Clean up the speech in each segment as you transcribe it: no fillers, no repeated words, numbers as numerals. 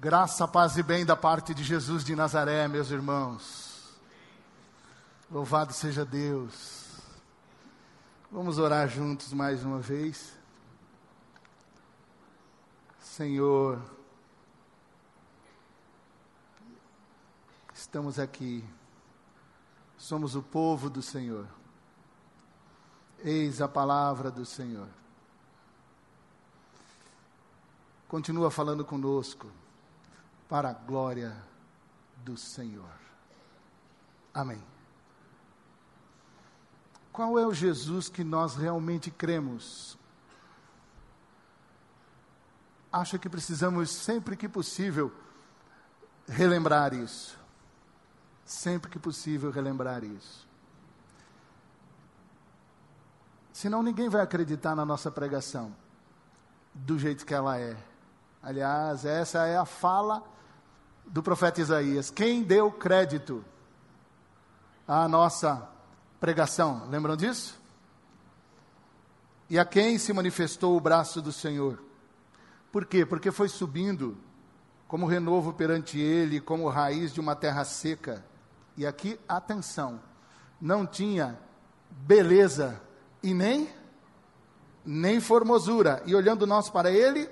Graça, paz e bem da parte de Jesus de Nazaré, meus irmãos. Louvado seja Deus. Vamos orar juntos mais uma vez. Senhor, estamos aqui. Somos o povo do Senhor. Eis a palavra do Senhor. Continua falando conosco. Para a glória do Senhor. Amém. Qual é o Jesus que nós realmente cremos? Acho que precisamos, sempre que possível, relembrar isso. Sempre que possível, relembrar isso. Senão ninguém vai acreditar na nossa pregação, do jeito que ela é. Aliás, essa é a fala do profeta Isaías. Quem deu crédito à nossa pregação? Lembram disso? E a quem se manifestou o braço do Senhor? Por quê? Porque foi subindo como renovo perante ele, como raiz de uma terra seca. E aqui, atenção, não tinha beleza e nem formosura. E olhando nós para ele,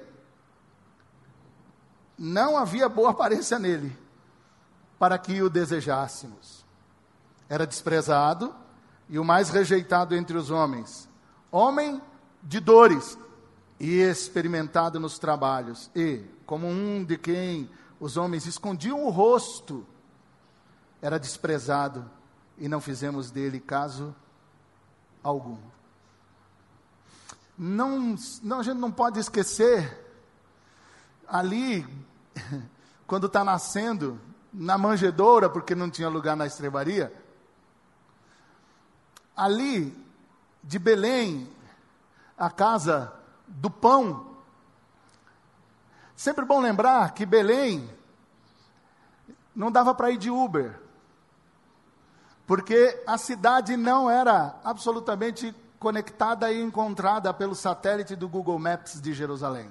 não havia boa aparência nele, para que o desejássemos. Era desprezado e o mais rejeitado entre os homens, homem de dores e experimentado nos trabalhos, e, como um de quem os homens escondiam o rosto, era desprezado e não fizemos dele caso algum. A gente não pode esquecer, ali, quando está nascendo, na manjedoura, porque não tinha lugar na estrebaria, ali, de Belém, a casa do pão. Sempre bom lembrar que Belém não dava para ir de Uber, porque a cidade não era absolutamente conectada e encontrada pelo satélite do Google Maps de Jerusalém.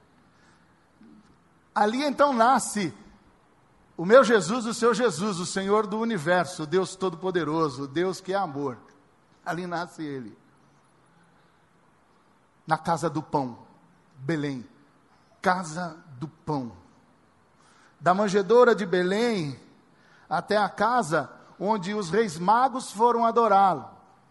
Ali então nasce o meu Jesus, o seu Jesus, o Senhor do universo, o Deus Todo-Poderoso, o Deus que é amor. Ali nasce ele. Na casa do pão, Belém. Casa do pão. Da manjedoura de Belém até a casa onde os reis magos foram adorá-lo.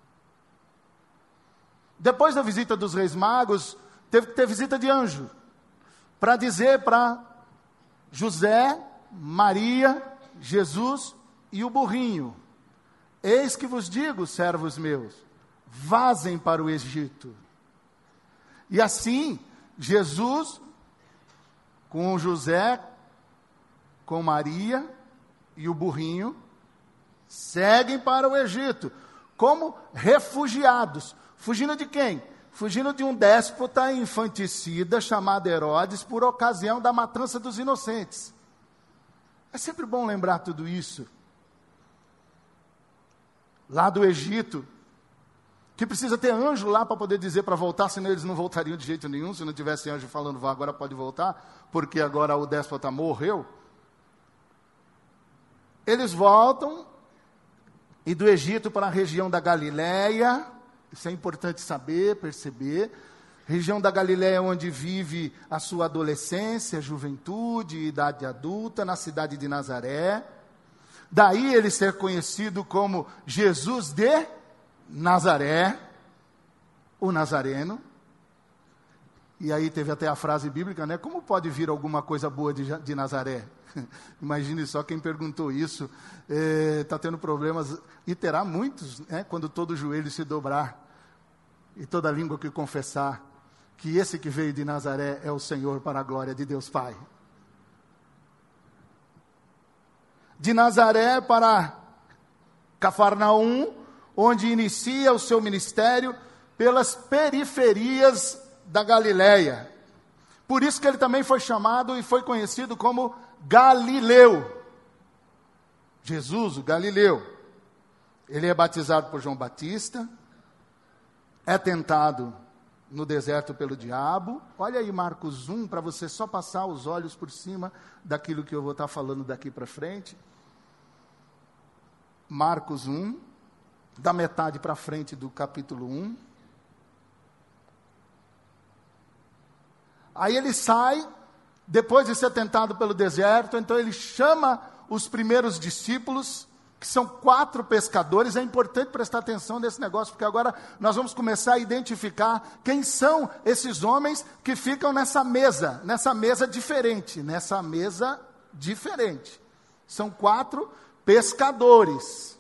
Depois da visita dos reis magos, teve que ter visita de anjo, para dizer para José, Maria, Jesus e o burrinho: eis que vos digo, servos meus, vazem para o Egito. E assim, Jesus, com José, com Maria e o burrinho, seguem para o Egito, como refugiados. Fugindo de quem? Fugindo de um déspota infanticida chamado Herodes, por ocasião da matança dos inocentes. É sempre bom lembrar tudo isso. Lá do Egito, que precisa ter anjo lá para poder dizer para voltar, senão eles não voltariam de jeito nenhum, se não tivesse anjo falando, vá, agora pode voltar, porque agora o déspota morreu. Eles voltam, e do Egito para a região da Galileia. Isso é importante saber, perceber. Região da Galileia onde vive a sua adolescência, juventude, idade adulta, na cidade de Nazaré. Daí ele ser conhecido como Jesus de Nazaré, o Nazareno. E aí teve até a frase bíblica, né? Como pode vir alguma coisa boa de Nazaré? Imagine só quem perguntou isso. Está tendo problemas, e terá muitos, né? Quando todo joelho se dobrar e toda língua que confessar que esse que veio de Nazaré é o Senhor, para a glória de Deus Pai. De Nazaré para Cafarnaum, onde inicia o seu ministério pelas periferias da Galileia. Por isso que ele também foi chamado e foi conhecido como Galileu. Jesus, o Galileu. Ele é batizado por João Batista, é tentado no deserto pelo diabo. Olha aí Marcos 1, para você só passar os olhos por cima daquilo que eu vou estar falando daqui para frente. Marcos 1, da metade para frente do capítulo 1. Aí ele sai, depois de ser tentado pelo deserto, então ele chama os primeiros discípulos, que são 4 pescadores. É importante prestar atenção nesse negócio, porque agora nós vamos começar a identificar quem são esses homens que ficam nessa mesa diferente, São 4 pescadores.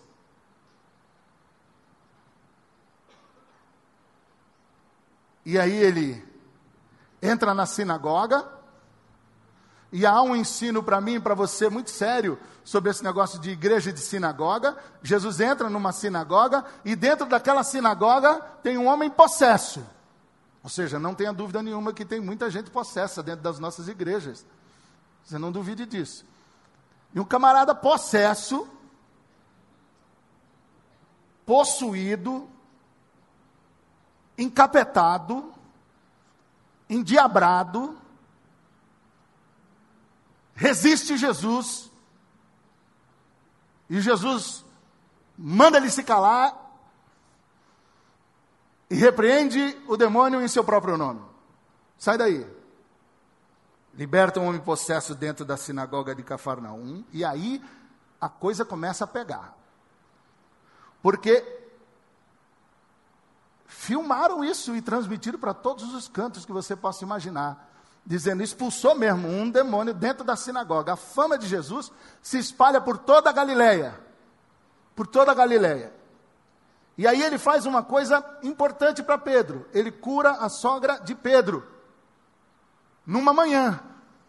E aí ele entra na sinagoga, e há um ensino para mim e para você muito sério sobre esse negócio de igreja e de sinagoga. Jesus entra numa sinagoga, e dentro daquela sinagoga tem um homem possesso. Ou seja, não tenha dúvida nenhuma que tem muita gente possessa dentro das nossas igrejas. Você não duvide disso. E um camarada possesso, possuído, encapetado, endiabrado, resiste Jesus, e Jesus manda ele se calar, e repreende o demônio em seu próprio nome. Sai daí. Liberta um homem possesso dentro da sinagoga de Cafarnaum, e aí a coisa começa a pegar. Porque filmaram isso e transmitiram para todos os cantos que você possa imaginar. Dizendo, expulsou mesmo um demônio dentro da sinagoga. A fama de Jesus se espalha por toda a Galileia. Por toda a Galileia. E aí ele faz uma coisa importante para Pedro. Ele cura a sogra de Pedro. Numa manhã.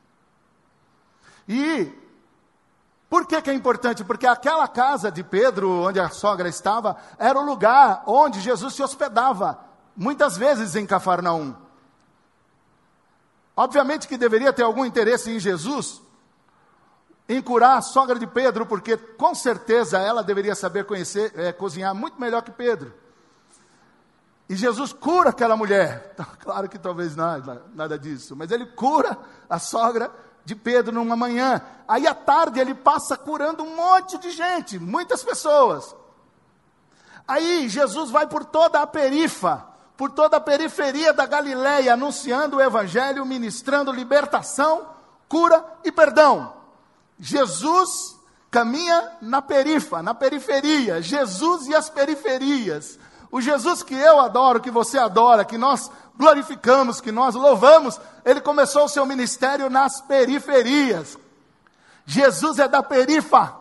E por que é importante? Porque aquela casa de Pedro, onde a sogra estava, era o lugar onde Jesus se hospedava. Muitas vezes em Cafarnaum. Obviamente que deveria ter algum interesse em Jesus, em curar a sogra de Pedro, porque com certeza ela deveria saber cozinhar muito melhor que Pedro. E Jesus cura aquela mulher. Claro que talvez nada disso, mas ele cura a sogra de Pedro numa manhã. Aí à tarde ele passa curando um monte de gente, muitas pessoas. Aí Jesus vai por toda a periferia da Galileia, anunciando o evangelho, ministrando libertação, cura e perdão. Jesus caminha na periferia, Jesus e as periferias. O Jesus que eu adoro, que você adora, que nós glorificamos, que nós louvamos, ele começou o seu ministério nas periferias. Jesus é da perifa.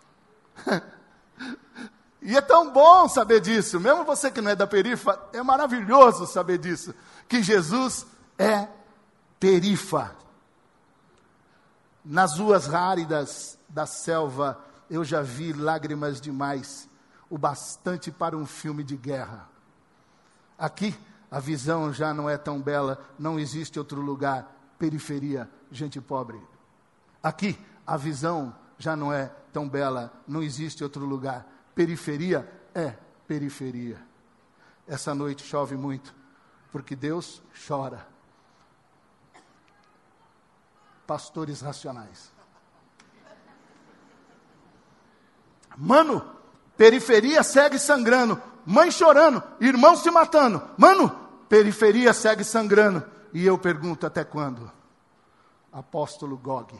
E é tão bom saber disso, mesmo você que não é da perifa, é maravilhoso saber disso, que Jesus é perifa. Nas ruas áridas da selva, eu já vi lágrimas demais, o bastante para um filme de guerra. Aqui, a visão já não é tão bela, não existe outro lugar, periferia, gente pobre. Aqui, a visão já não é tão bela, não existe outro lugar. Periferia é periferia. Essa noite chove muito, porque Deus chora. Pastores racionais. Mano, periferia segue sangrando. Mãe chorando, irmão se matando. Mano, periferia segue sangrando. E eu pergunto, até quando? Apóstolo Gog.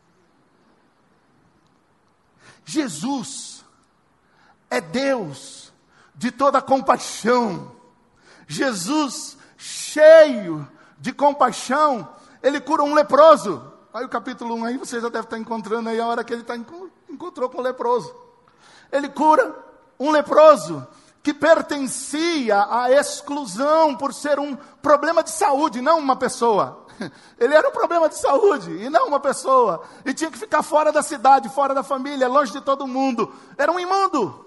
Jesus é Deus de toda compaixão. Jesus, cheio de compaixão, ele cura um leproso. Aí o capítulo 1 aí, você já deve estar encontrando aí a hora que ele encontrou com o leproso. Ele cura um leproso que pertencia à exclusão por ser um problema de saúde, não uma pessoa. Ele era um problema de saúde e não uma pessoa. E tinha que ficar fora da cidade, fora da família, longe de todo mundo. Era um imundo.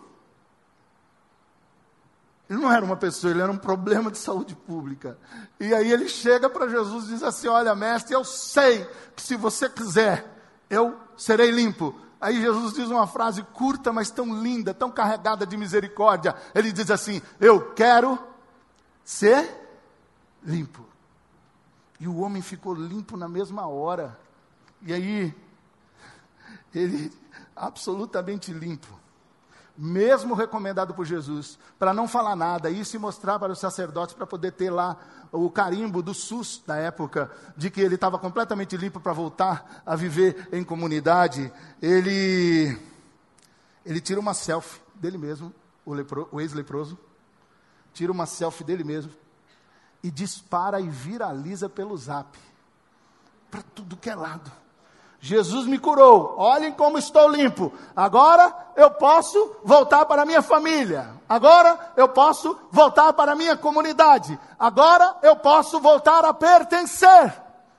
Ele não era uma pessoa, ele era um problema de saúde pública. E aí ele chega para Jesus e diz assim, olha mestre, eu sei que se você quiser, eu serei limpo. Aí Jesus diz uma frase curta, mas tão linda, tão carregada de misericórdia. Ele diz assim, eu quero ser limpo. E o homem ficou limpo na mesma hora. E aí, ele absolutamente limpo, mesmo recomendado por Jesus, para não falar nada, e se mostrar para os sacerdotes, para poder ter lá o carimbo do SUS da época, de que ele estava completamente limpo para voltar a viver em comunidade. Ele tira uma selfie dele mesmo, o ex-leproso, tira uma selfie dele mesmo, e dispara e viraliza pelo Zap, para tudo que é lado. Jesus me curou, olhem como estou limpo, agora eu posso voltar para a minha família, agora eu posso voltar para a minha comunidade, agora eu posso voltar a pertencer.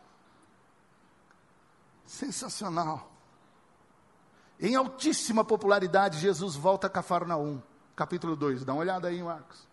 Sensacional. Em altíssima popularidade, Jesus volta a Cafarnaum, capítulo 2, dá uma olhada aí, Marcos.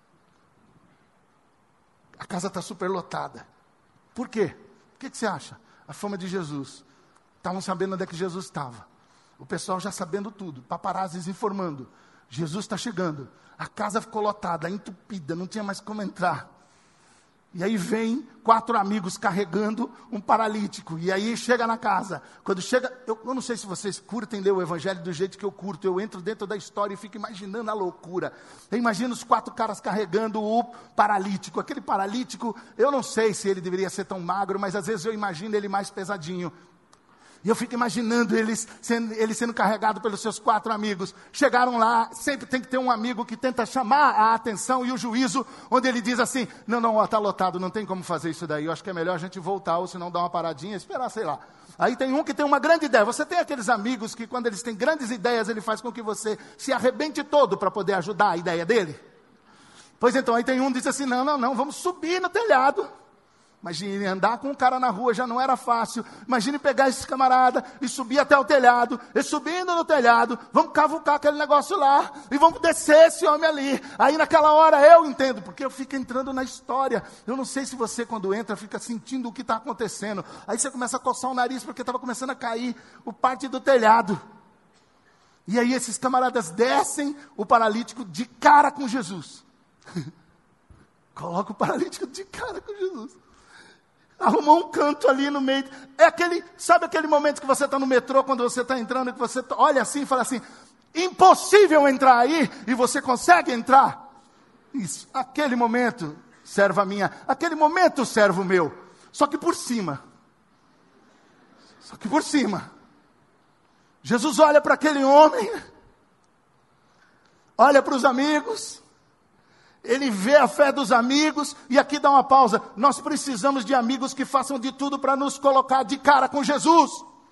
A casa está superlotada. Por quê? O que você acha? A fama de Jesus. Estavam sabendo onde é que Jesus estava. O pessoal já sabendo tudo. Paparazzis informando. Jesus está chegando. A casa ficou lotada, entupida, não tinha mais como entrar. E aí vem 4 amigos carregando um paralítico. E aí chega na casa. Quando chega, eu não sei se vocês curtem ler o evangelho do jeito que eu curto. Eu entro dentro da história e fico imaginando a loucura. Eu imagino os 4 caras carregando o paralítico. Aquele paralítico, eu não sei se ele deveria ser tão magro, mas às vezes eu imagino ele mais pesadinho. E eu fico imaginando ele sendo carregado pelos seus 4 amigos. Chegaram lá, sempre tem que ter um amigo que tenta chamar a atenção e o juízo, onde ele diz assim, não, está lotado, não tem como fazer isso daí, eu acho que é melhor a gente voltar, ou se não dar uma paradinha, esperar, sei lá. Aí tem um que tem uma grande ideia. Você tem aqueles amigos que quando eles têm grandes ideias, ele faz com que você se arrebente todo para poder ajudar a ideia dele? Pois então, aí tem um que diz assim, não, vamos subir no telhado. Imagine, andar com um cara na rua já não era fácil. Imagine pegar esse camarada e subir até o telhado. E subindo no telhado, vamos cavucar aquele negócio lá. E vamos descer esse homem ali. Aí naquela hora eu entendo, porque eu fico entrando na história. Eu não sei se você quando entra fica sentindo o que está acontecendo. Aí você começa a coçar o nariz porque estava começando a cair o parte do telhado. E aí esses camaradas descem o paralítico de cara com Jesus. Coloca o paralítico de cara com Jesus. Arrumou um canto ali no meio. Sabe aquele momento que você está no metrô, quando você está entrando, que você olha assim e fala assim, impossível entrar aí, e você consegue entrar? Isso, aquele momento, serva minha, aquele momento, servo meu. Só que por cima. Jesus olha para aquele homem, olha para os amigos, ele vê a fé dos amigos, e aqui dá uma pausa. Nós precisamos de amigos que façam de tudo para nos colocar de cara com Jesus.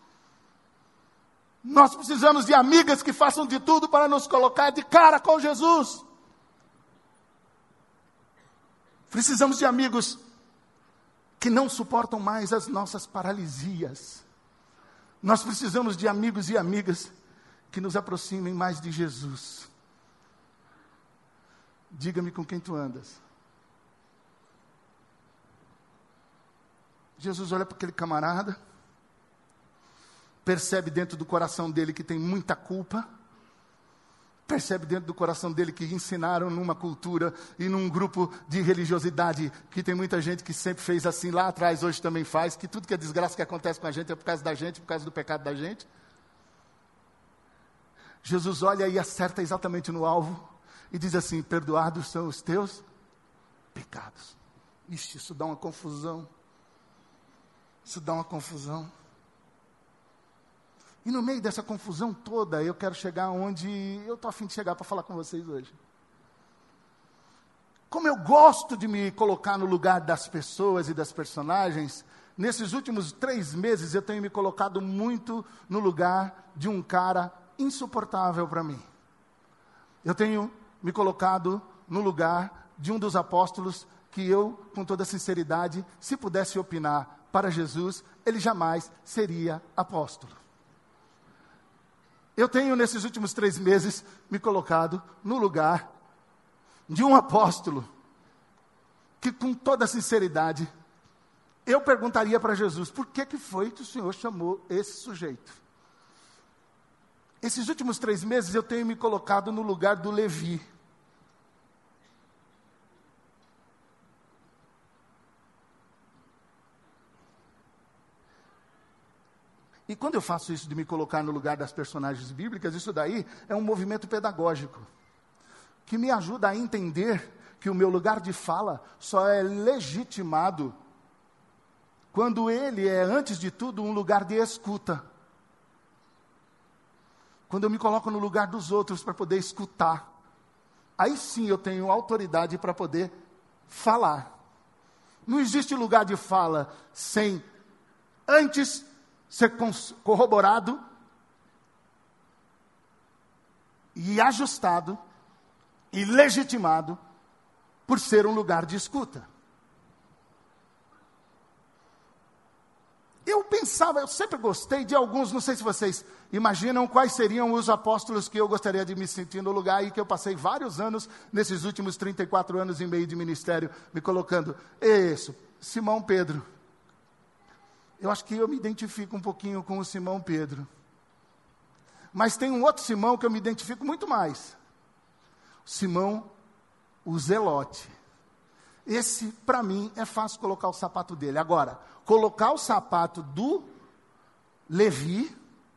Nós precisamos de amigas que façam de tudo para nos colocar de cara com Jesus. Precisamos de amigos que não suportam mais as nossas paralisias. Nós precisamos de amigos e amigas que nos aproximem mais de Jesus. Diga-me com quem tu andas. Jesus olha para aquele camarada, percebe dentro do coração dele que tem muita culpa, percebe dentro do coração dele que ensinaram numa cultura e num grupo de religiosidade, que tem muita gente que sempre fez assim lá atrás, hoje também faz, que tudo que é desgraça que acontece com a gente é por causa da gente, por causa do pecado da gente. Jesus olha e acerta exatamente no alvo, e diz assim, perdoados são os teus pecados. Ixi, isso dá uma confusão. E no meio dessa confusão toda, eu quero chegar onde eu estou a fim de chegar para falar com vocês hoje. Como eu gosto de me colocar no lugar das pessoas e das personagens, nesses últimos 3 meses eu tenho me colocado muito no lugar de um cara insuportável para mim. Eu tenho me colocado no lugar de um dos apóstolos que eu, com toda sinceridade, se pudesse opinar para Jesus, ele jamais seria apóstolo. Eu tenho, nesses últimos 3 meses, me colocado no lugar de um apóstolo que, com toda sinceridade, eu perguntaria para Jesus, por que foi que o Senhor chamou esse sujeito? Esses últimos 3 meses eu tenho me colocado no lugar do Levi. E quando eu faço isso de me colocar no lugar das personagens bíblicas, isso daí é um movimento pedagógico, que me ajuda a entender que o meu lugar de fala só é legitimado quando ele é, antes de tudo, um lugar de escuta. Quando eu me coloco no lugar dos outros para poder escutar, aí sim eu tenho autoridade para poder falar. Não existe lugar de fala sem antes ser corroborado e ajustado e legitimado por ser um lugar de escuta. Eu pensava, eu sempre gostei de alguns, não sei se vocês imaginam quais seriam os apóstolos que eu gostaria de me sentir no lugar, e que eu passei vários anos, nesses últimos 34 anos e meio de ministério, me colocando. Isso, Simão Pedro. Eu acho que eu me identifico um pouquinho com o Simão Pedro. Mas tem um outro Simão que eu me identifico muito mais. Simão, o Zelote. Esse, para mim, é fácil colocar o sapato dele. Agora, colocar o sapato do Levi.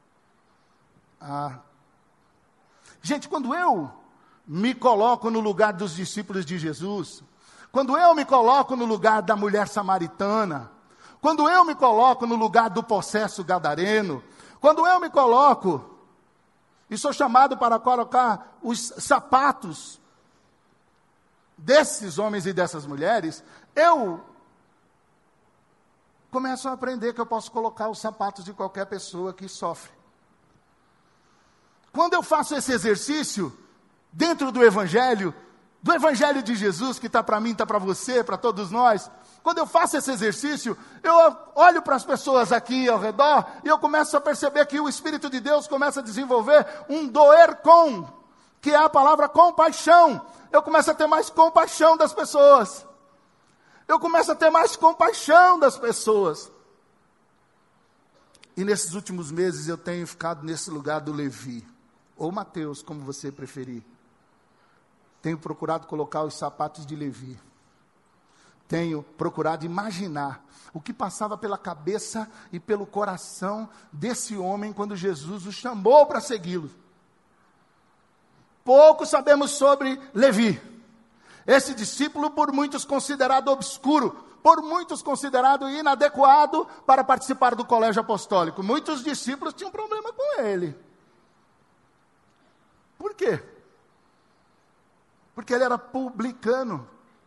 Gente, quando eu me coloco no lugar dos discípulos de Jesus, quando eu me coloco no lugar da mulher samaritana, quando eu me coloco no lugar do possesso gadareno, quando eu me coloco e sou chamado para colocar os sapatos desses homens e dessas mulheres, eu começo a aprender que eu posso colocar os sapatos de qualquer pessoa que sofre. Quando eu faço esse exercício, dentro do Evangelho de Jesus, que está para mim, está para você, para todos nós, quando eu faço esse exercício, eu olho para as pessoas aqui ao redor, e eu começo a perceber que o Espírito de Deus começa a desenvolver um doer com, que é a palavra compaixão. Eu começo a ter mais compaixão das pessoas. Eu começo a ter mais compaixão das pessoas. E nesses últimos meses eu tenho ficado nesse lugar do Levi, ou Mateus, como você preferir. Tenho procurado colocar os sapatos de Levi. Tenho procurado imaginar o que passava pela cabeça e pelo coração desse homem quando Jesus o chamou para segui-lo. Pouco sabemos sobre Levi. Esse discípulo, por muitos considerado obscuro, por muitos considerado inadequado para participar do colégio apostólico. Muitos discípulos tinham problema com ele. Por quê? Porque ele era publicano.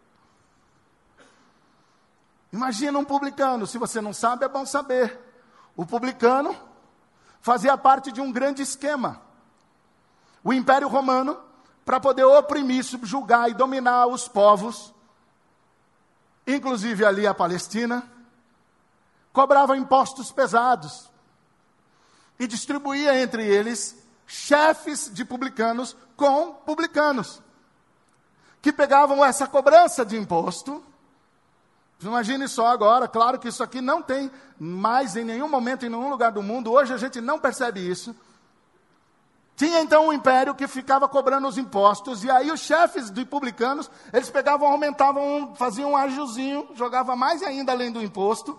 Imagina um publicano, se você não sabe, é bom saber. O publicano fazia parte de um grande esquema. O Império Romano, para poder oprimir, subjugar e dominar os povos, inclusive ali a Palestina, cobrava impostos pesados e distribuía entre eles chefes de publicanos com publicanos, que pegavam essa cobrança de imposto. Imagine só agora, claro que isso aqui não tem mais em nenhum momento, em nenhum lugar do mundo, hoje a gente não percebe isso. Tinha então um império que ficava cobrando os impostos, e aí os chefes de publicanos, eles pegavam, aumentavam, faziam um agiozinho, jogava mais ainda além do imposto,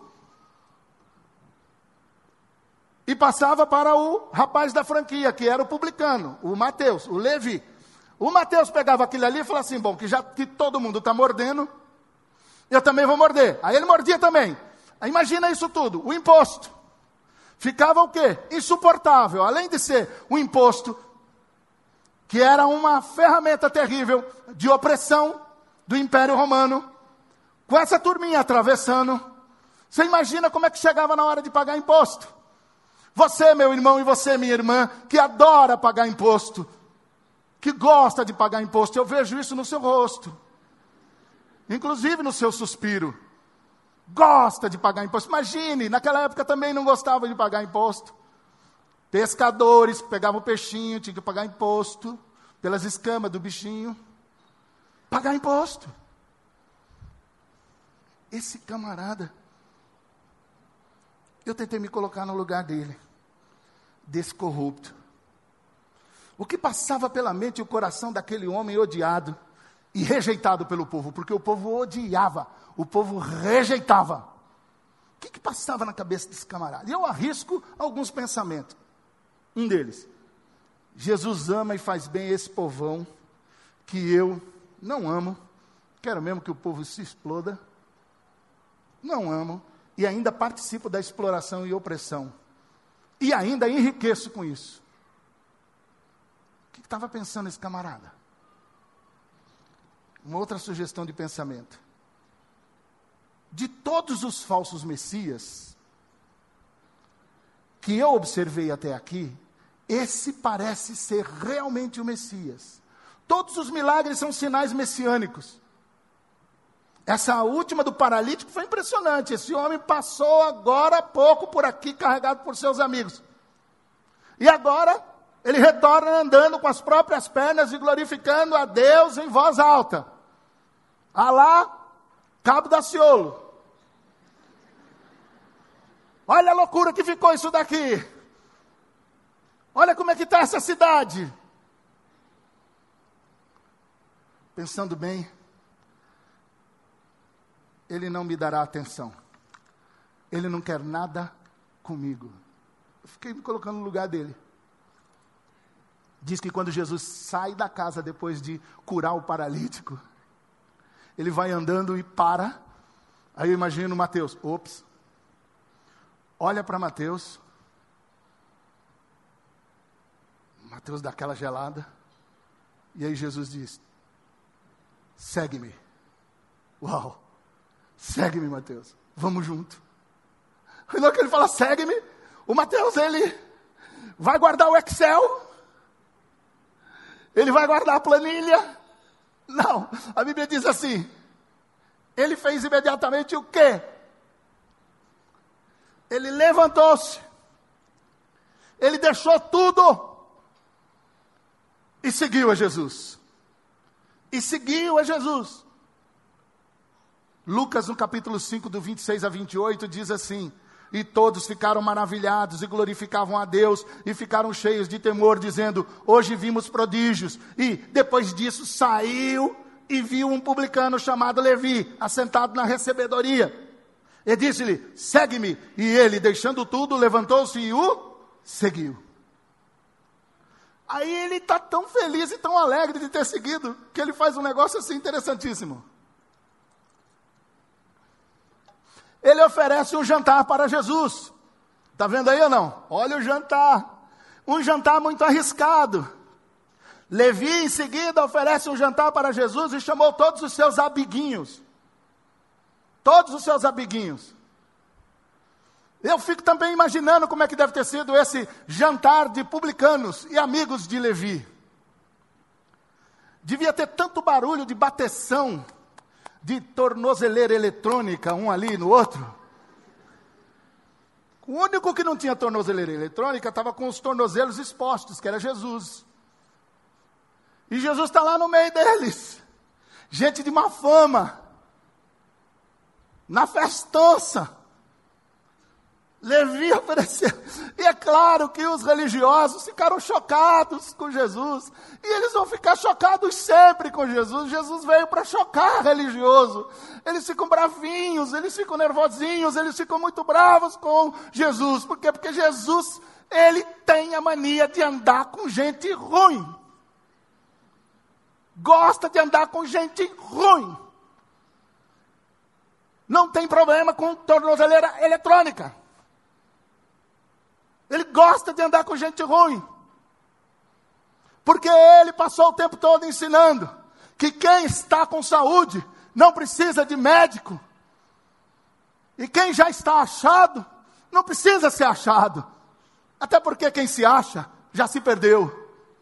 e passava para o rapaz da franquia, que era o publicano, o Mateus, o Levi. O Mateus pegava aquilo ali e falava assim, bom, que já que todo mundo está mordendo, eu também vou morder. Aí ele mordia também. Aí imagina isso tudo, o imposto. Ficava o quê? Insuportável. Além de ser um imposto, que era uma ferramenta terrível de opressão do Império Romano, com essa turminha atravessando, você imagina como é que chegava na hora de pagar imposto. Você, meu irmão, e você, minha irmã, que adora pagar imposto, que gosta de pagar imposto, eu vejo isso no seu rosto, inclusive no seu suspiro. Gosta de pagar imposto. Imagine, naquela época também não gostava de pagar imposto. Pescadores que pegavam o peixinho, tinham que pagar imposto, pelas escamas do bichinho. Pagar imposto. Esse camarada, eu tentei me colocar no lugar dele, desse corrupto. O que passava pela mente e o coração daquele homem odiado e rejeitado pelo povo, porque o povo odiava, o povo rejeitava. que passava na cabeça desse camarada? E eu arrisco alguns pensamentos. Um deles: Jesus ama e faz bem esse povão que eu não amo. Quero mesmo que o povo se exploda. Não amo. E ainda participo da exploração e opressão. E ainda enriqueço com isso. O que estava pensando esse camarada? Uma outra sugestão de pensamento. De todos os falsos messias que eu observei até aqui, esse parece ser realmente o Messias. Todos os milagres são sinais messiânicos. Essa última do paralítico foi impressionante. Esse homem passou agora há pouco por aqui, carregado por seus amigos. E agora ele retorna andando com as próprias pernas e glorificando a Deus em voz alta. Alá, Cabo Daciolo. Olha a loucura que ficou isso daqui. Olha como é que está essa cidade. Pensando bem, ele não me dará atenção. Ele não quer nada comigo. Eu fiquei me colocando no lugar dele. Diz que quando Jesus sai da casa depois de curar o paralítico, ele vai andando e para. Aí eu imagino Mateus. Ops. Olha para Mateus. Mateus dá aquela gelada. E aí Jesus diz: segue-me. Uau. Segue-me, Mateus. Vamos junto. E logo que ele fala segue-me, o Mateus, ele vai guardar o Excel. Ele vai guardar a planilha. Não, a Bíblia diz assim: ele fez imediatamente o quê? Ele levantou-se. Ele deixou tudo. E seguiu a Jesus. E seguiu a Jesus. Lucas, no capítulo 5, do 26 a 28, diz assim: e todos ficaram maravilhados e glorificavam a Deus, e ficaram cheios de temor, dizendo: hoje vimos prodígios. E depois disso saiu e viu um publicano chamado Levi, assentado na recebedoria. E disse-lhe: segue-me. E ele, deixando tudo, levantou-se e o seguiu. Aí ele está tão feliz e tão alegre de ter seguido, que ele faz um negócio assim interessantíssimo. Ele oferece um jantar para Jesus. Está vendo aí ou não? Olha o jantar. Um jantar muito arriscado. Levi, em seguida, oferece um jantar para Jesus e chamou todos os seus amiguinhos. Todos os seus amiguinhos. Eu fico também imaginando como é que deve ter sido esse jantar de publicanos e amigos de Levi. Devia ter tanto barulho de bateção, de tornozeleira eletrônica, um ali no outro. O único que não tinha tornozeleira eletrônica estava com os tornozelos expostos, que era Jesus. E Jesus está lá no meio deles. Gente de má fama. Na festança. Levi ofereceu. E é claro que os religiosos ficaram chocados com Jesus. E eles vão ficar chocados sempre com Jesus. Jesus veio para chocar religioso. Eles ficam bravinhos, eles ficam nervosinhos, eles ficam muito bravos com Jesus. Por quê? Porque Jesus, ele tem a mania de andar com gente ruim. Gosta de andar com gente ruim. Não tem problema com tornozeleira eletrônica. Ele gosta de andar com gente ruim. Porque ele passou o tempo todo ensinando que quem está com saúde não precisa de médico. E quem já está achado, não precisa ser achado. Até porque quem se acha, já se perdeu.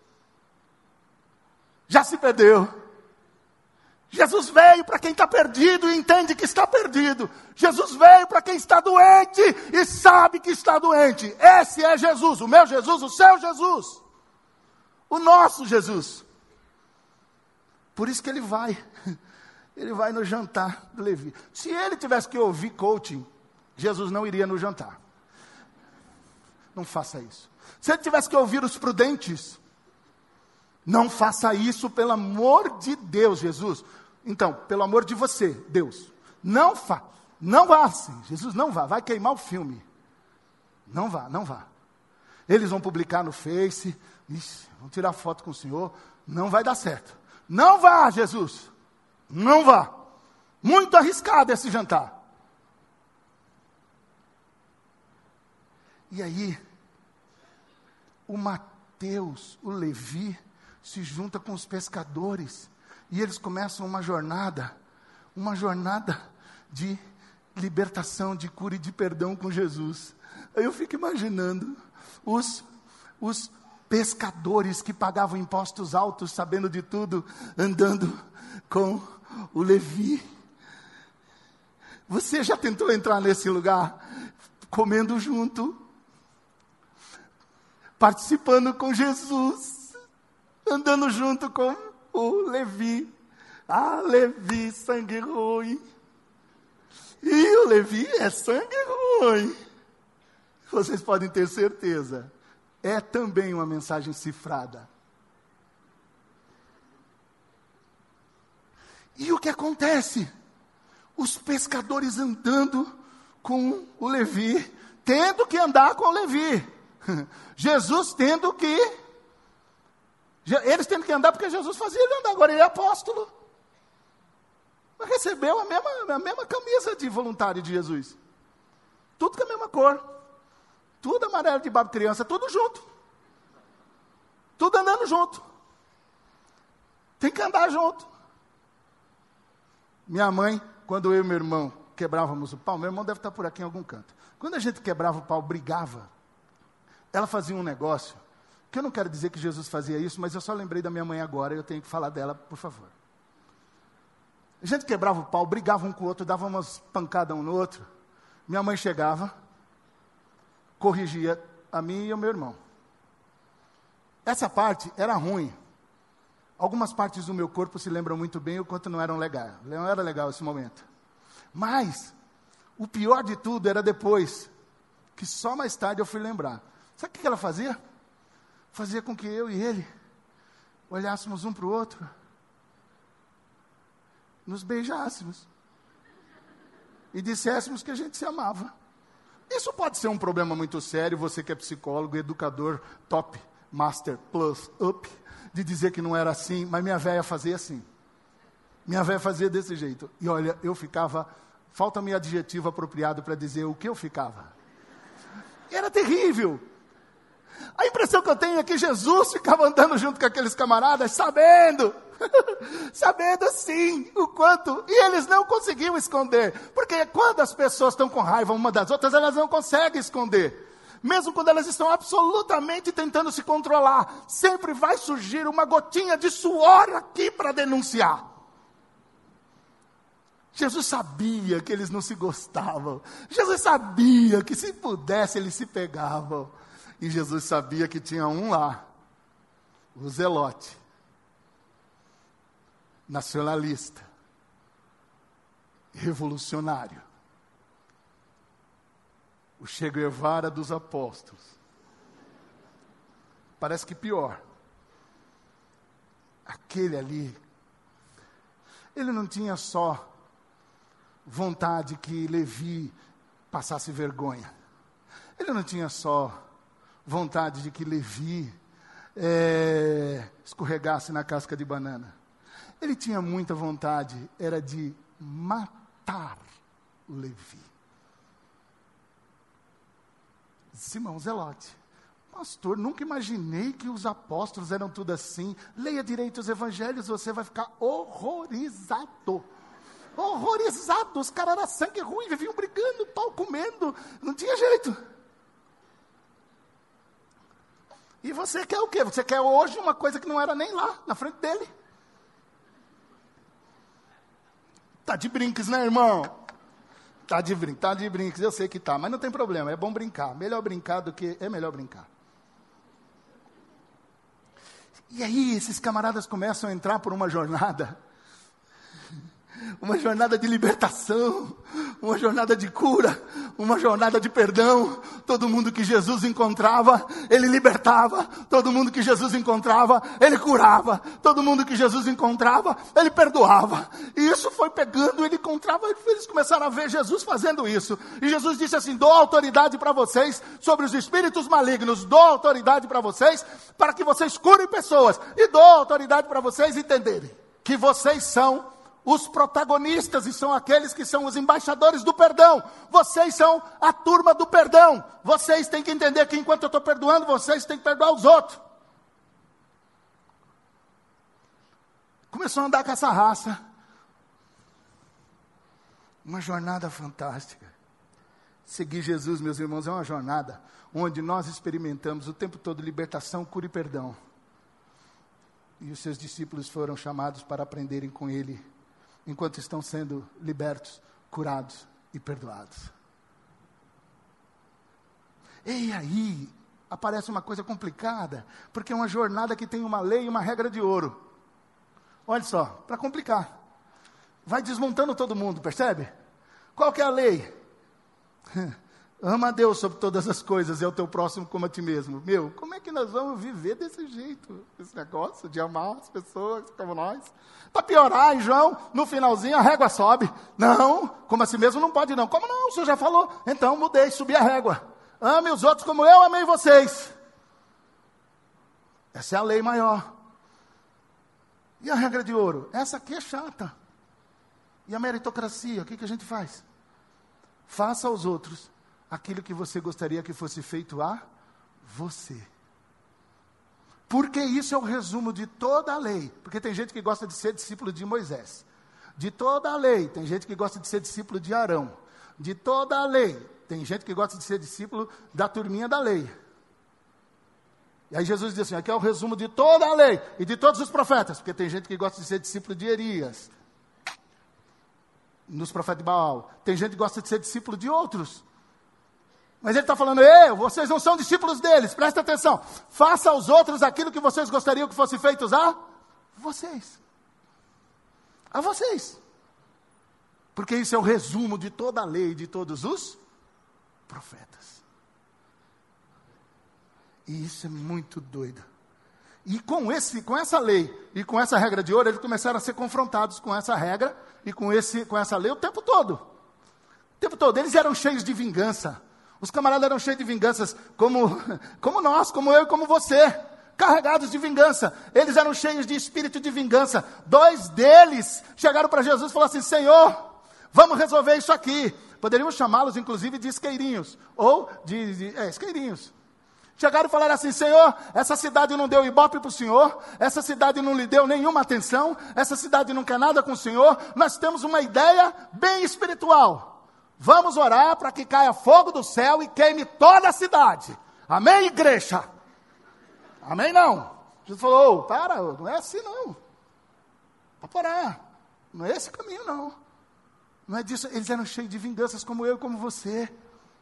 Já se perdeu. Jesus veio para quem está perdido e entende que está perdido. Jesus veio para quem está doente e sabe que está doente. Esse é Jesus, o meu Jesus, o seu Jesus. O nosso Jesus. Por isso que ele vai no jantar do Levi. Se ele tivesse que ouvir coaching, Jesus não iria no jantar. Não faça isso. Se ele tivesse que ouvir os prudentes, não faça isso, pelo amor de Deus, Jesus. Então, pelo amor de você, Deus, não faça. Não vá assim, Jesus, não vá, vai queimar o filme. Não vá, não vá. Eles vão publicar no Face, vão tirar foto com o senhor, não vai dar certo. Não vá, Jesus, não vá. Muito arriscado esse jantar. E aí, o Mateus, o Levi, se junta com os pescadores, e eles começam uma jornada de libertação, de cura e de perdão com Jesus. Aí eu fico imaginando os pescadores que pagavam impostos altos, sabendo de tudo, andando com o Levi. Você já tentou entrar nesse lugar? Comendo junto, participando com Jesus, andando junto com o Levi. Ah, Levi, sangue ruim. E o Levi é sangue ruim. Vocês podem ter certeza. É também uma mensagem cifrada. E o que acontece? Os pescadores andando com o Levi, tendo que andar com o Levi. Jesus tendo que... Eles tendo que andar porque Jesus fazia ele andar. Agora ele é apóstolo. Mas recebeu a mesma camisa de voluntário de Jesus. Tudo com a mesma cor. Tudo amarelo de barba criança, tudo junto. Tudo andando junto. Tem que andar junto. Minha mãe, quando eu e meu irmão quebrávamos o pau, meu irmão deve estar por aqui em algum canto. Quando a gente quebrava o pau, brigava, ela fazia um negócio, que eu não quero dizer que Jesus fazia isso, mas eu só lembrei da minha mãe agora, eu tenho que falar dela, por favor. A gente quebrava o pau, brigava um com o outro, dava umas pancadas um no outro. Minha mãe chegava, corrigia a mim e o meu irmão. Essa parte era ruim. Algumas partes do meu corpo se lembram muito bem, o quanto não eram legais. Não era legal esse momento. Mas, o pior de tudo era depois, que só mais tarde eu fui lembrar. Sabe o que ela fazia? Fazia com que eu e ele olhássemos um para o outro, nos beijássemos e disséssemos que a gente se amava. Isso pode ser um problema muito sério, você que é psicólogo, educador, top, master, plus, up, de dizer que não era assim, mas minha véia fazia assim. Minha véia fazia desse jeito. E olha, eu ficava, falta-me adjetivo apropriado para dizer o que eu ficava. Era terrível. A impressão que eu tenho é que Jesus ficava andando junto com aqueles camaradas, sabendo sim o quanto, e eles não conseguiam esconder, porque quando as pessoas estão com raiva uma das outras, elas não conseguem esconder, mesmo quando elas estão absolutamente tentando se controlar, sempre vai surgir uma gotinha de suor aqui para denunciar. Jesus sabia que eles não se gostavam, Jesus sabia que se pudesse eles se pegavam, e Jesus sabia que tinha um lá, o Zelote, nacionalista, revolucionário, o Che Guevara dos apóstolos. Parece que pior. Aquele ali, ele não tinha só vontade que Levi passasse vergonha. Ele não tinha só vontade de que Levi escorregasse na casca de banana. Ele tinha muita vontade, era de matar o Levi. Simão Zelote. Pastor, nunca imaginei que os apóstolos eram tudo assim. Leia direito os evangelhos, você vai ficar horrorizado. Horrorizado. Os caras eram sangue ruim, viviam brigando, pau comendo. Não tinha jeito. E você quer o quê? Você quer hoje uma coisa que não era nem lá, na frente dele. Tá de brinques, né, irmão? Tá de brinques, eu sei que tá, mas não tem problema, é bom brincar. Melhor brincar do que... É melhor brincar. E aí, esses camaradas começam a entrar por uma jornada. uma jornada de libertação, uma jornada de cura, uma jornada de perdão. Todo mundo que Jesus encontrava, Ele libertava. Todo mundo que Jesus encontrava, Ele curava. Todo mundo que Jesus encontrava, Ele perdoava. E isso foi pegando, Ele encontrava, eles começaram a ver Jesus fazendo isso. E Jesus disse assim: dou autoridade para vocês sobre os espíritos malignos, dou autoridade para vocês, para que vocês curem pessoas. E dou autoridade para vocês entenderem que vocês são os protagonistas e são aqueles que são os embaixadores do perdão. Vocês são a turma do perdão. Vocês têm que entender que enquanto eu estou perdoando, vocês têm que perdoar os outros. Começou a andar com essa raça. Uma jornada fantástica. Seguir Jesus, meus irmãos, é uma jornada onde nós experimentamos o tempo todo libertação, cura e perdão. E os seus discípulos foram chamados para aprenderem com Ele, enquanto estão sendo libertos, curados e perdoados. E aí, aparece uma coisa complicada, porque é uma jornada que tem uma lei e uma regra de ouro. Olha só, para complicar. Vai desmontando todo mundo, percebe? Qual que é a lei? Ama a Deus sobre todas as coisas e ao teu próximo como a ti mesmo. Meu, como é que nós vamos viver desse jeito? Esse negócio de amar as pessoas como nós. Para piorar, em João, no finalzinho a régua sobe. Não, como assim mesmo não pode não. Como não? O senhor já falou. Então mudei, subi a régua. Ame os outros como eu amei vocês. Essa é a lei maior. E a regra de ouro? Essa aqui é chata. E a meritocracia, o que a gente faz? Faça aos outros aquilo que você gostaria que fosse feito a você. Porque isso é o resumo de toda a lei. Porque tem gente que gosta de ser discípulo de Moisés. De toda a lei, tem gente que gosta de ser discípulo de Arão. De toda a lei, tem gente que gosta de ser discípulo da turminha da lei. E aí Jesus diz assim, aqui é o resumo de toda a lei e de todos os profetas. Porque tem gente que gosta de ser discípulo de Elias, nos profetas de Baal. Tem gente que gosta de ser discípulo de outros. Mas ele está falando, vocês não são discípulos deles, presta atenção. Faça aos outros aquilo que vocês gostariam que fosse feitos a vocês. A vocês. Porque isso é o resumo de toda a lei, de todos os profetas. E isso é muito doido. E com essa lei e com essa regra de ouro, eles começaram a ser confrontados com essa regra e com essa lei o tempo todo. O tempo todo. Eles eram cheios de vingança. Os camaradas eram cheios de vinganças, como nós, como eu e como você, carregados de vingança. Eles eram cheios de espírito de vingança. 2 deles chegaram para Jesus e falaram assim, Senhor, vamos resolver isso aqui. Poderíamos chamá-los, inclusive, de isqueirinhos, ou de isqueirinhos. Chegaram e falaram assim, Senhor, essa cidade não deu ibope para o Senhor, essa cidade não lhe deu nenhuma atenção, essa cidade não quer nada com o Senhor, nós temos uma ideia bem espiritual. Vamos orar para que caia fogo do céu e queime toda a cidade. Amém, igreja? Amém, não. Jesus falou, para, não é assim não. Para parar. Não é esse caminho não. Não é disso. Eles eram cheios de vinganças como eu e como você.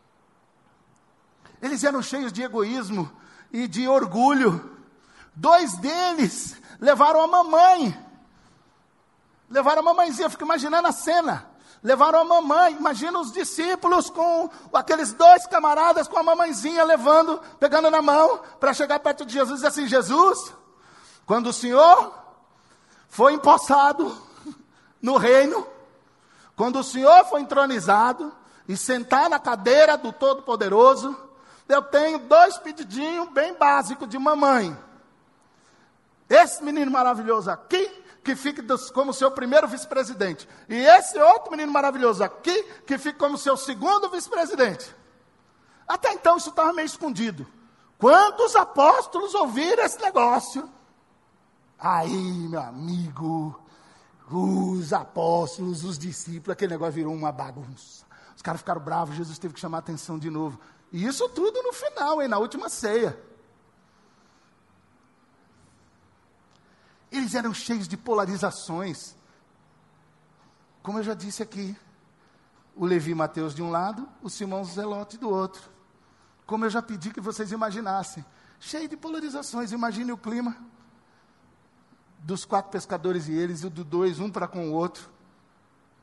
Eles eram cheios de egoísmo e de orgulho. 2 deles levaram a mamãe. Levaram a mamãezinha, eu fico imaginando a cena. Levaram a mamãe, imagina os discípulos com aqueles 2 camaradas com a mamãezinha levando, pegando na mão, para chegar perto de Jesus e dizer assim, Jesus, quando o Senhor foi empossado no reino, quando o Senhor foi entronizado e sentar na cadeira do Todo-Poderoso, eu tenho 2 pedidinhos bem básicos de mamãe. Esse menino maravilhoso aqui, que fique como seu primeiro vice-presidente. E esse outro menino maravilhoso aqui, que fique como seu segundo vice-presidente. Até então isso estava meio escondido. Quando os apóstolos ouviram esse negócio, aí, meu amigo, os apóstolos, os discípulos, aquele negócio virou uma bagunça. Os caras ficaram bravos, Jesus teve que chamar a atenção de novo. E isso tudo no final, na última ceia. Eles eram cheios de polarizações. Como eu já disse aqui, o Levi Mateus de um lado, o Simão Zelote do outro. Como eu já pedi que vocês imaginassem. Cheio de polarizações. Imagine o clima dos 4 pescadores e eles, e o do 2, um para com o outro.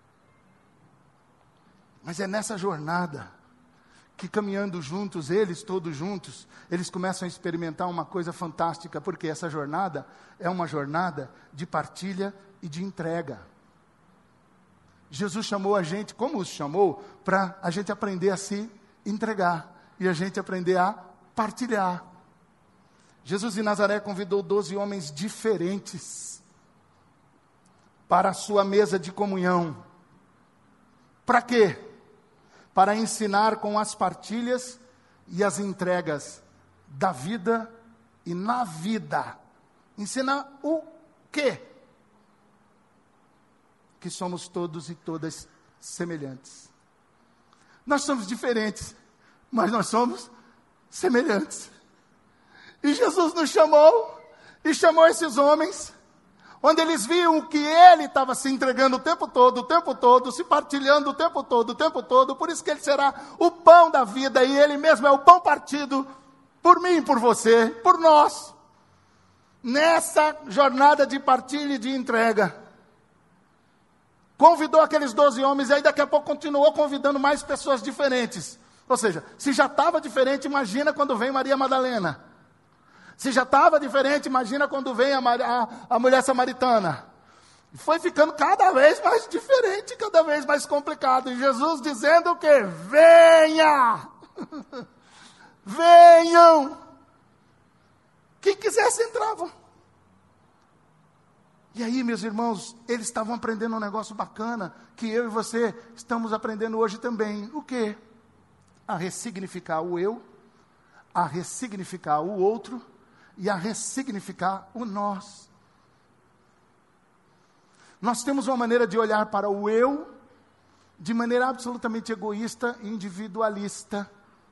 Mas é nessa jornada que, caminhando juntos, eles todos juntos, eles começam a experimentar uma coisa fantástica, porque essa jornada é uma jornada de partilha e de entrega. Jesus chamou a gente, como os chamou, para a gente aprender a se entregar e a gente aprender a partilhar. Jesus de Nazaré convidou 12 homens diferentes para a sua mesa de comunhão. Para quê? Para ensinar com as partilhas e as entregas da vida e na vida. Ensinar o quê? Que somos todos e todas semelhantes. Nós somos diferentes, mas nós somos semelhantes. E Jesus nos chamou, e chamou esses homens, onde eles viam que ele estava se entregando o tempo todo, se partilhando o tempo todo, por isso que ele será o pão da vida, e ele mesmo é o pão partido por mim, por você, por nós, nessa jornada de partilha e de entrega. Convidou aqueles 12 homens, e aí daqui a pouco continuou convidando mais pessoas diferentes. Ou seja, se já estava diferente, imagina quando vem Maria Madalena. Se já estava diferente, imagina quando vem a mulher samaritana. Foi ficando cada vez mais diferente, cada vez mais complicado. E Jesus dizendo o quê? Venha! Venham! Quem quisesse entrava. E aí, meus irmãos, eles estavam aprendendo um negócio bacana, que eu e você estamos aprendendo hoje também. O quê? A ressignificar o eu, a ressignificar o outro, e a ressignificar o nós. Nós temos uma maneira de olhar para o eu de maneira absolutamente egoísta e individualista.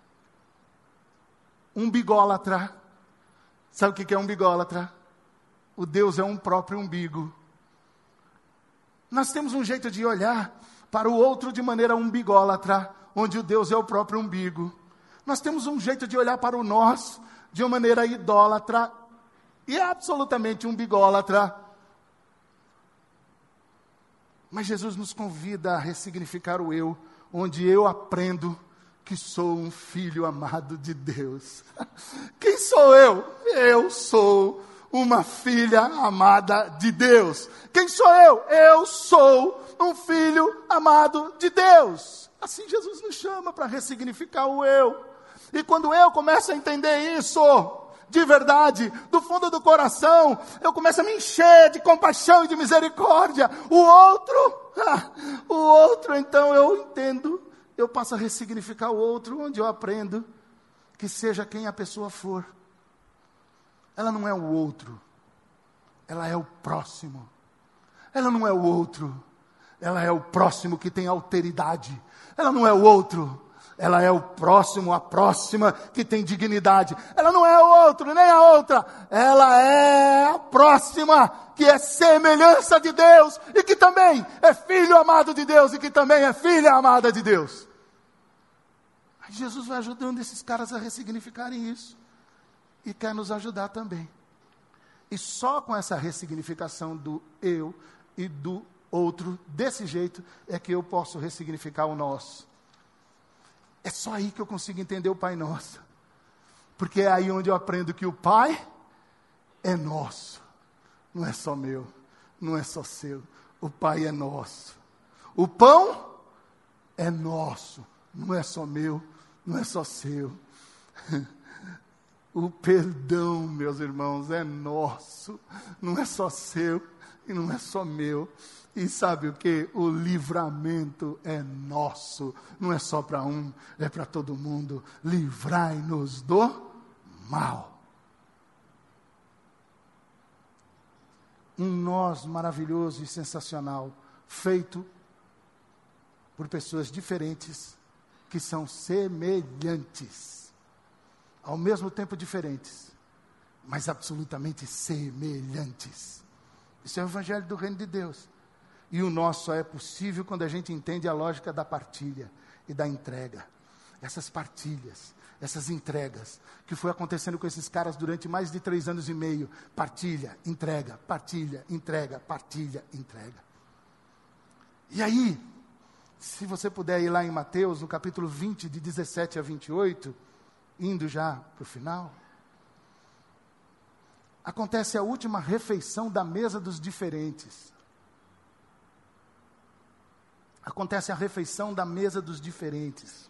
Umbigólatra. Sabe o que é umbigólatra? O Deus é um próprio umbigo. Nós temos um jeito de olhar para o outro de maneira umbigólatra, onde o Deus é o próprio umbigo. Nós temos um jeito de olhar para o nós de uma maneira idólatra e absolutamente umbigólatra. Mas Jesus nos convida a ressignificar o eu, onde eu aprendo que sou um filho amado de Deus. Quem sou eu? Eu sou uma filha amada de Deus. Quem sou eu? Eu sou um filho amado de Deus. Assim Jesus nos chama para ressignificar o eu. E quando eu começo a entender isso, de verdade, do fundo do coração, eu começo a me encher de compaixão e de misericórdia. O outro, então eu entendo, eu passo a ressignificar o outro, onde eu aprendo que seja quem a pessoa for. Ela não é o outro, ela é o próximo. Ela não é o outro, ela é o próximo que tem alteridade. Ela não é o outro, ela é o próximo, a próxima que tem dignidade. Ela não é o outro, nem a outra. Ela é a próxima que é semelhança de Deus e que também é filho amado de Deus e que também é filha amada de Deus. Aí Jesus vai ajudando esses caras a ressignificarem isso e quer nos ajudar também. E só com essa ressignificação do eu e do outro, desse jeito, é que eu posso ressignificar o nosso. É só aí que eu consigo entender o Pai Nosso. Porque é aí onde eu aprendo que o Pai é nosso. Não é só meu, não é só seu. O Pai é nosso. O pão é nosso. Não é só meu, não é só seu. O perdão, meus irmãos, é nosso. Não é só seu e não é só meu. E sabe o que? O livramento é nosso. Não é só para um, é para todo mundo. Livrai-nos do mal. Um nós maravilhoso e sensacional, feito por pessoas diferentes, que são semelhantes. Ao mesmo tempo diferentes, mas absolutamente semelhantes. Isso é o Evangelho do Reino de Deus. E o nosso só é possível quando a gente entende a lógica da partilha e da entrega. Essas partilhas, essas entregas, que foi acontecendo com esses caras durante mais de 3 anos e meio. Partilha, entrega, partilha, entrega, partilha, entrega. E aí, Se você puder ir lá em Mateus, no capítulo 20, de 17 a 28, indo já para o final, acontece a última refeição da mesa dos diferentes. Acontece a refeição da mesa dos diferentes.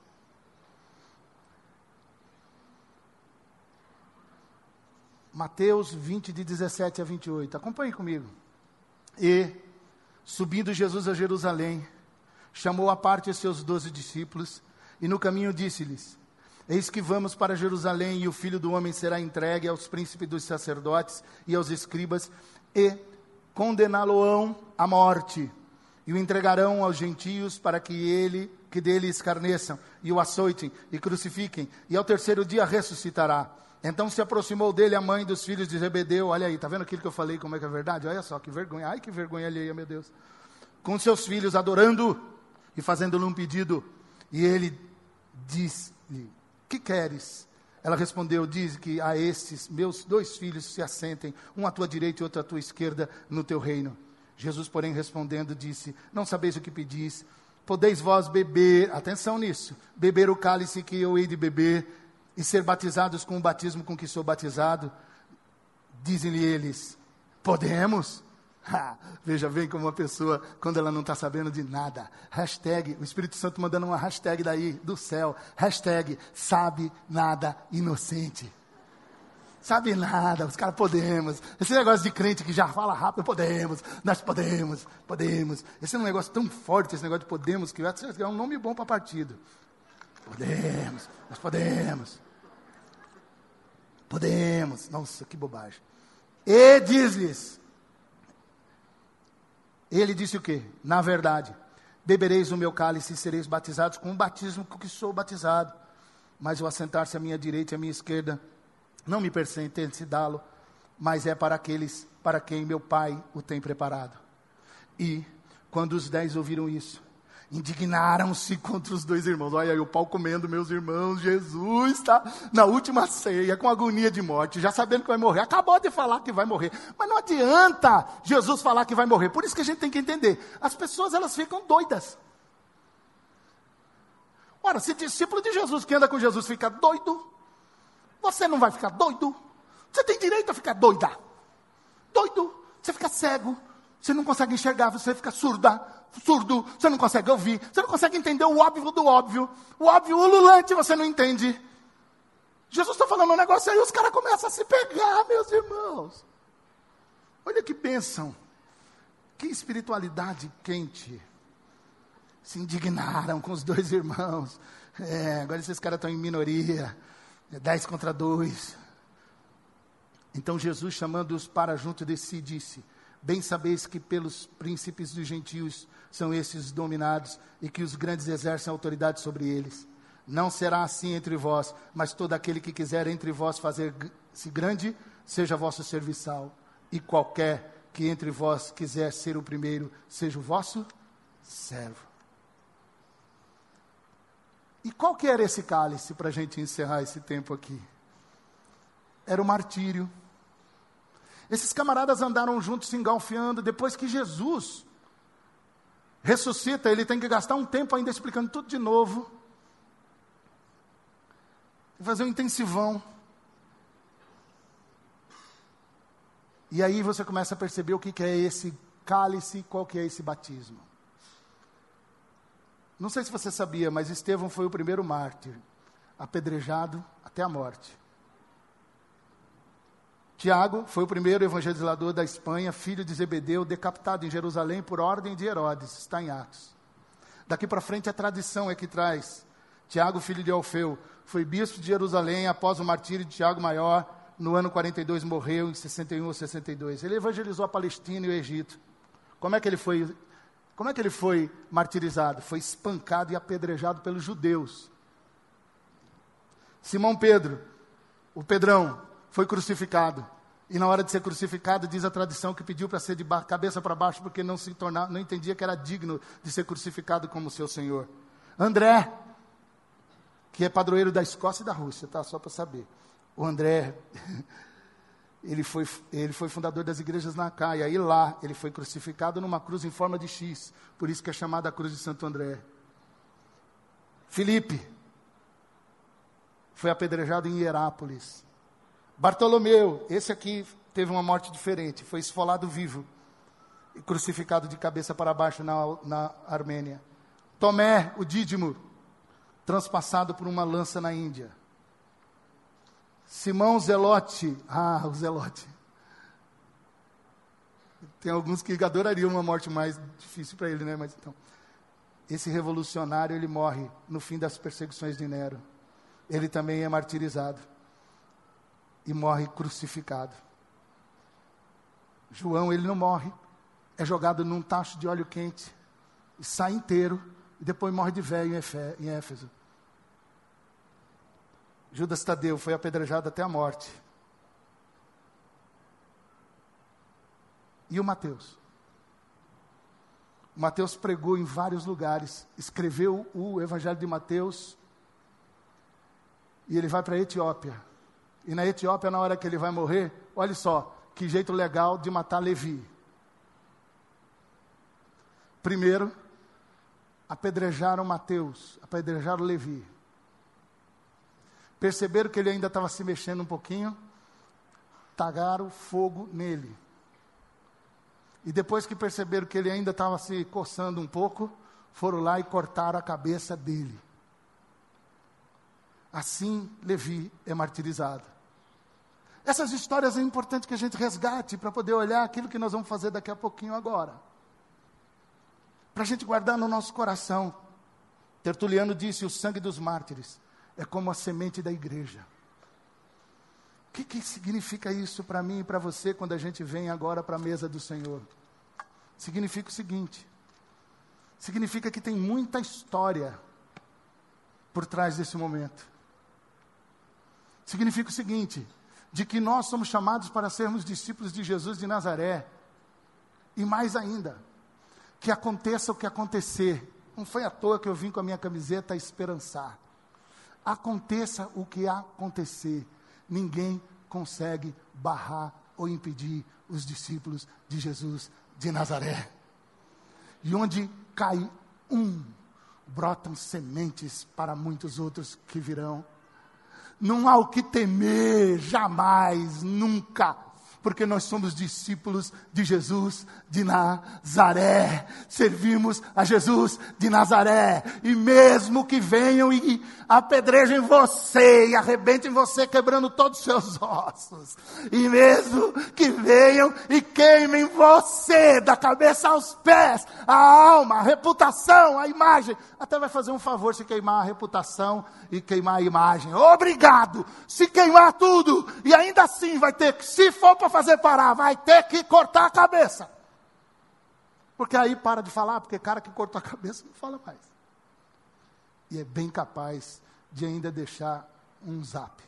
Mateus 20, de 17 a 28. Acompanhe comigo. E, subindo Jesus a Jerusalém, chamou à parte os seus 12 discípulos, e no caminho disse-lhes: Eis que vamos para Jerusalém, e o Filho do Homem será entregue aos príncipes dos sacerdotes e aos escribas, e condená-lo-ão à morte, e o entregarão aos gentios para que dele escarneçam, e o açoitem, e crucifiquem, e ao terceiro dia ressuscitará. Então se aproximou dele a mãe dos filhos de Zebedeu. Olha aí, está vendo aquilo que eu falei, como é que é verdade? Olha só, que vergonha, ai que vergonha alheia, meu Deus. Com seus filhos, adorando e fazendo-lhe um pedido. E ele disse-lhe: Que queres? Ela respondeu: Diz que a estes meus 2 filhos se assentem, um à tua direita e outro à tua esquerda, no teu reino. Jesus, porém, respondendo, disse: Não sabeis o que pedis. Podeis vós beber, atenção nisso, beber o cálice que eu hei de beber, e ser batizados com o batismo com que sou batizado? Dizem-lhe eles: Podemos. Veja bem como uma pessoa, quando ela não está sabendo de nada, hashtag, o Espírito Santo mandando uma hashtag daí, do céu, hashtag, sabe nada inocente. Sabe nada, os caras podemos. Esse negócio de crente que já fala rápido, podemos, nós podemos. Esse é um negócio tão forte, esse negócio de podemos, que é um nome bom para partido. Podemos, nós podemos. Podemos, nossa, que bobagem. E diz-lhes, ele disse o quê? Na verdade, bebereis o meu cálice e sereis batizados com o batismo com que sou batizado. Mas o assentar-se à minha direita e à minha esquerda não me pertence dá-lo, mas é para aqueles para quem meu Pai o tem preparado. E, quando os 10 ouviram isso, indignaram-se contra os 2 irmãos. Olha aí o pau comendo, meus irmãos. Jesus está na última ceia, com agonia de morte, já sabendo que vai morrer. Acabou de falar que vai morrer. Mas não adianta Jesus falar que vai morrer. Por isso que a gente tem que entender. As pessoas, elas ficam doidas. Ora, se discípulo de Jesus que anda com Jesus fica doido, você não vai ficar doido? Você tem direito a ficar doida. Doido. Você fica cego. Você não consegue enxergar, você fica surdo, você não consegue ouvir, você não consegue entender o óbvio do óbvio. O óbvio ululante você não entende. Jesus está falando um negócio aí, os caras começam a se pegar, meus irmãos. Olha que bênção. Que espiritualidade quente. Se indignaram com os 2 irmãos. Agora esses caras estão em minoria. 10 contra 2. Então Jesus, chamando-os para junto de si, disse: Bem sabeis que pelos príncipes dos gentios são esses dominados, e que os grandes exercem autoridade sobre eles. Não será assim entre vós, mas todo aquele que quiser entre vós fazer-se grande, seja vosso serviçal. E qualquer que entre vós quiser ser o primeiro, seja o vosso servo. E qual que era esse cálice, para a gente encerrar esse tempo aqui? Era o martírio. Esses camaradas andaram juntos se engalfiando. Depois que Jesus ressuscita, ele tem que gastar um tempo ainda explicando tudo de novo. Fazer um intensivão. E aí você começa a perceber o que é esse cálice, qual que é esse batismo. Não sei se você sabia, mas Estevão foi o primeiro mártir, apedrejado até a morte. Tiago foi o primeiro evangelizador da Espanha, filho de Zebedeu, decapitado em Jerusalém por ordem de Herodes, está em Atos. Daqui para frente a tradição é que traz. Tiago, filho de Alfeu, foi bispo de Jerusalém após o martírio de Tiago Maior, no ano 42 morreu, em 61 ou 62. Ele evangelizou a Palestina e o Egito. Como é que ele foi martirizado? Foi espancado e apedrejado pelos judeus. Simão Pedro, o Pedrão, foi crucificado. E na hora de ser crucificado, diz a tradição que pediu para ser de cabeça para baixo, porque não entendia que era digno de ser crucificado como seu Senhor. André, que é padroeiro da Escócia e da Rússia, tá? Só para saber. O André, ele foi fundador das igrejas na Acaia, e lá ele foi crucificado numa cruz em forma de X, por isso que é chamada a cruz de Santo André. Filipe foi apedrejado em Hierápolis. Bartolomeu, esse aqui teve uma morte diferente, foi esfolado vivo e crucificado de cabeça para baixo na Armênia. Tomé, o Dídimo, transpassado por uma lança na Índia. Simão Zelote, o Zelote. Tem alguns que adorariam uma morte mais difícil para ele, né? Mas então, esse revolucionário, ele morre no fim das perseguições de Nero. Ele também é martirizado e morre crucificado. João, ele não morre, é jogado num tacho de óleo quente e sai inteiro, e depois morre de velho em Éfeso. Judas Tadeu foi apedrejado até a morte. E o Mateus? O Mateus pregou em vários lugares, escreveu o Evangelho de Mateus, e ele vai para a Etiópia. E na Etiópia, na hora que ele vai morrer, olha só, que jeito legal de matar Levi. Primeiro, apedrejaram Mateus, apedrejaram Levi. Perceberam que ele ainda estava se mexendo um pouquinho, tagaram fogo nele. E depois que perceberam que ele ainda estava se coçando um pouco, foram lá e cortaram a cabeça dele. Assim, Levi é martirizado. Essas histórias é importante que a gente resgate para poder olhar aquilo que nós vamos fazer daqui a pouquinho agora. Para a gente guardar no nosso coração. Tertuliano disse, o sangue dos mártires é como a semente da igreja. O que significa isso para mim e para você quando a gente vem agora para a mesa do Senhor? Significa o seguinte, significa que tem muita história por trás desse momento. Significa o seguinte, de que nós somos chamados para sermos discípulos de Jesus de Nazaré. E mais ainda, que aconteça o que acontecer. Não foi à toa que eu vim com a minha camiseta esperançar. Aconteça o que acontecer, ninguém consegue barrar ou impedir os discípulos de Jesus de Nazaré. E onde cai um, brotam sementes para muitos outros que virão. Não há o que temer, jamais, nunca, porque nós somos discípulos de Jesus de Nazaré, servimos a Jesus de Nazaré, e mesmo que venham e apedrejem você, e arrebentem você, quebrando todos os seus ossos, e mesmo que venham e queimem você, da cabeça aos pés, a alma, a reputação, a imagem, até vai fazer um favor se queimar a reputação e queimar a imagem, obrigado, se queimar tudo, e ainda assim vai ter que, se for para fazer parar, vai ter que cortar a cabeça, porque aí para de falar, porque cara que cortou a cabeça não fala mais, e é bem capaz de ainda deixar um zap,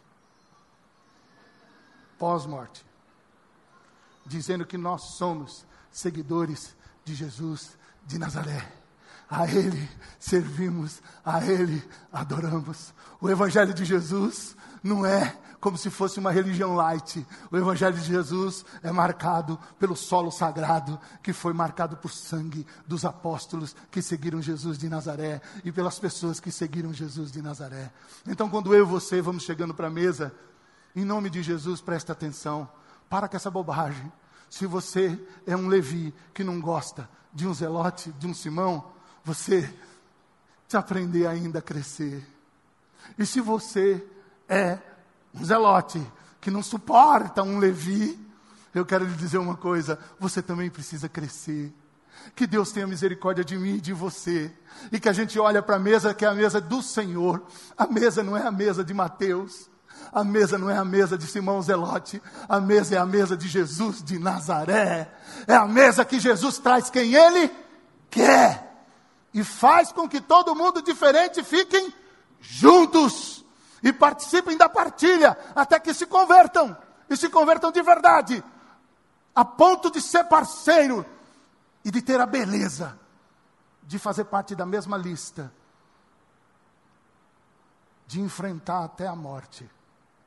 pós-morte, dizendo que nós somos seguidores de Jesus de Nazaré. A Ele servimos, a Ele adoramos. O Evangelho de Jesus não é como se fosse uma religião light. O Evangelho de Jesus é marcado pelo solo sagrado, que foi marcado por sangue dos apóstolos que seguiram Jesus de Nazaré e pelas pessoas que seguiram Jesus de Nazaré. Então, quando eu e você vamos chegando para a mesa, em nome de Jesus, presta atenção, para com essa bobagem. Se você é um Levi que não gosta de um Zelote, de um Simão, você te aprender ainda a crescer. E se você é um Zelote que não suporta um Levi, eu quero lhe dizer uma coisa, você também precisa crescer. Que Deus tenha misericórdia de mim e de você. E que a gente olhe para a mesa, que é a mesa do Senhor. A mesa não é a mesa de Mateus. A mesa não é a mesa de Simão Zelote. A mesa é a mesa de Jesus de Nazaré. É a mesa que Jesus traz quem Ele quer. E faz com que todo mundo diferente fiquem juntos. E participem da partilha, até que se convertam. E se convertam de verdade. A ponto de ser parceiro. E de ter a beleza de fazer parte da mesma lista. De enfrentar até a morte.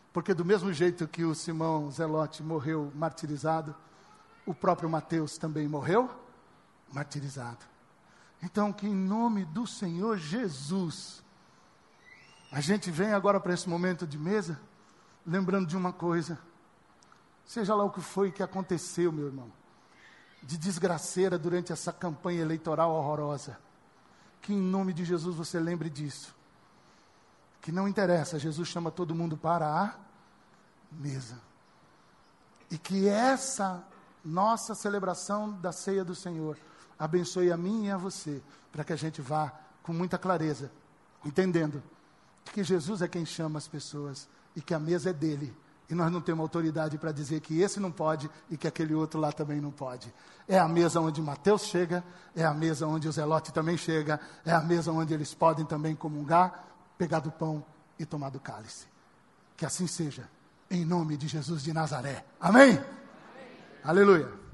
Porque do mesmo jeito que o Simão Zelote morreu martirizado, o próprio Mateus também morreu martirizado. Então, que em nome do Senhor Jesus, a gente vem agora para esse momento de mesa, lembrando de uma coisa. Seja lá o que foi que aconteceu, meu irmão, de desgraceira durante essa campanha eleitoral horrorosa, que em nome de Jesus você lembre disso. Que não interessa, Jesus chama todo mundo para a mesa. E que essa nossa celebração da ceia do Senhor abençoe a mim e a você, para que a gente vá com muita clareza, entendendo que Jesus é quem chama as pessoas e que a mesa é dele. E nós não temos autoridade para dizer que esse não pode e que aquele outro lá também não pode. É a mesa onde Mateus chega, é a mesa onde o Zelote também chega, é a mesa onde eles podem também comungar, pegar do pão e tomar do cálice. Que assim seja, em nome de Jesus de Nazaré. Amém? Amém. Aleluia.